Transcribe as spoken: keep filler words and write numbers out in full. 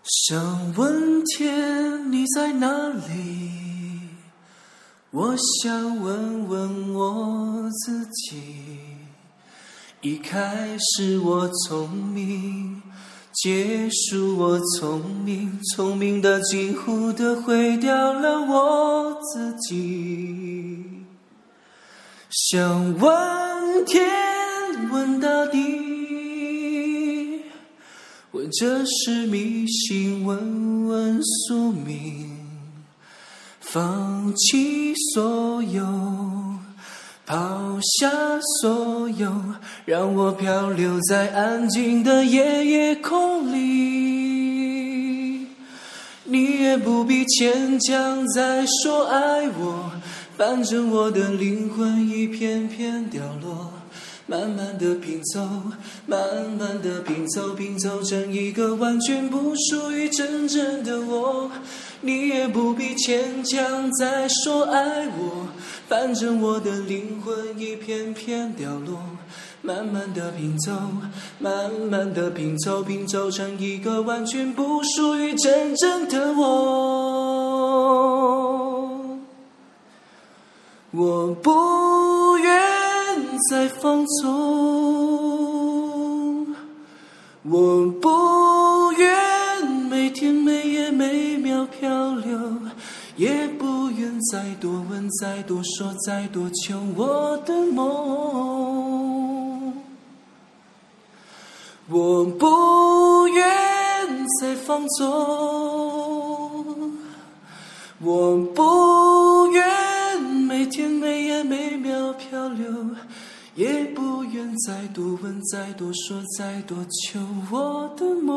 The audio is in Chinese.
想问天你在哪里？我想问问我自己。一开始我聪明，结束我聪明，聪明的几乎的毁掉了我自己。想问天问大地，问这是迷信，问问宿命，放弃所有，抛下所有，让我漂流在安静的夜夜空里。你也不必牵强再说爱我，反正我的灵魂一片片掉落，慢慢的拼凑，慢慢的拼凑，拼凑成一个完全不属于真正的我。你也不必牵强再说爱我，反正我的灵魂一片片掉落，慢慢的拼凑，慢慢的拼凑，拼凑成一个完全不属于真正的我。我不愿再放纵，我不愿每天每夜每秒漂流，也不愿再多问再多说再多求我的梦。我不愿再放纵，我不愿每天每夜每秒漂流，也不愿再多问再多说再多求我的梦。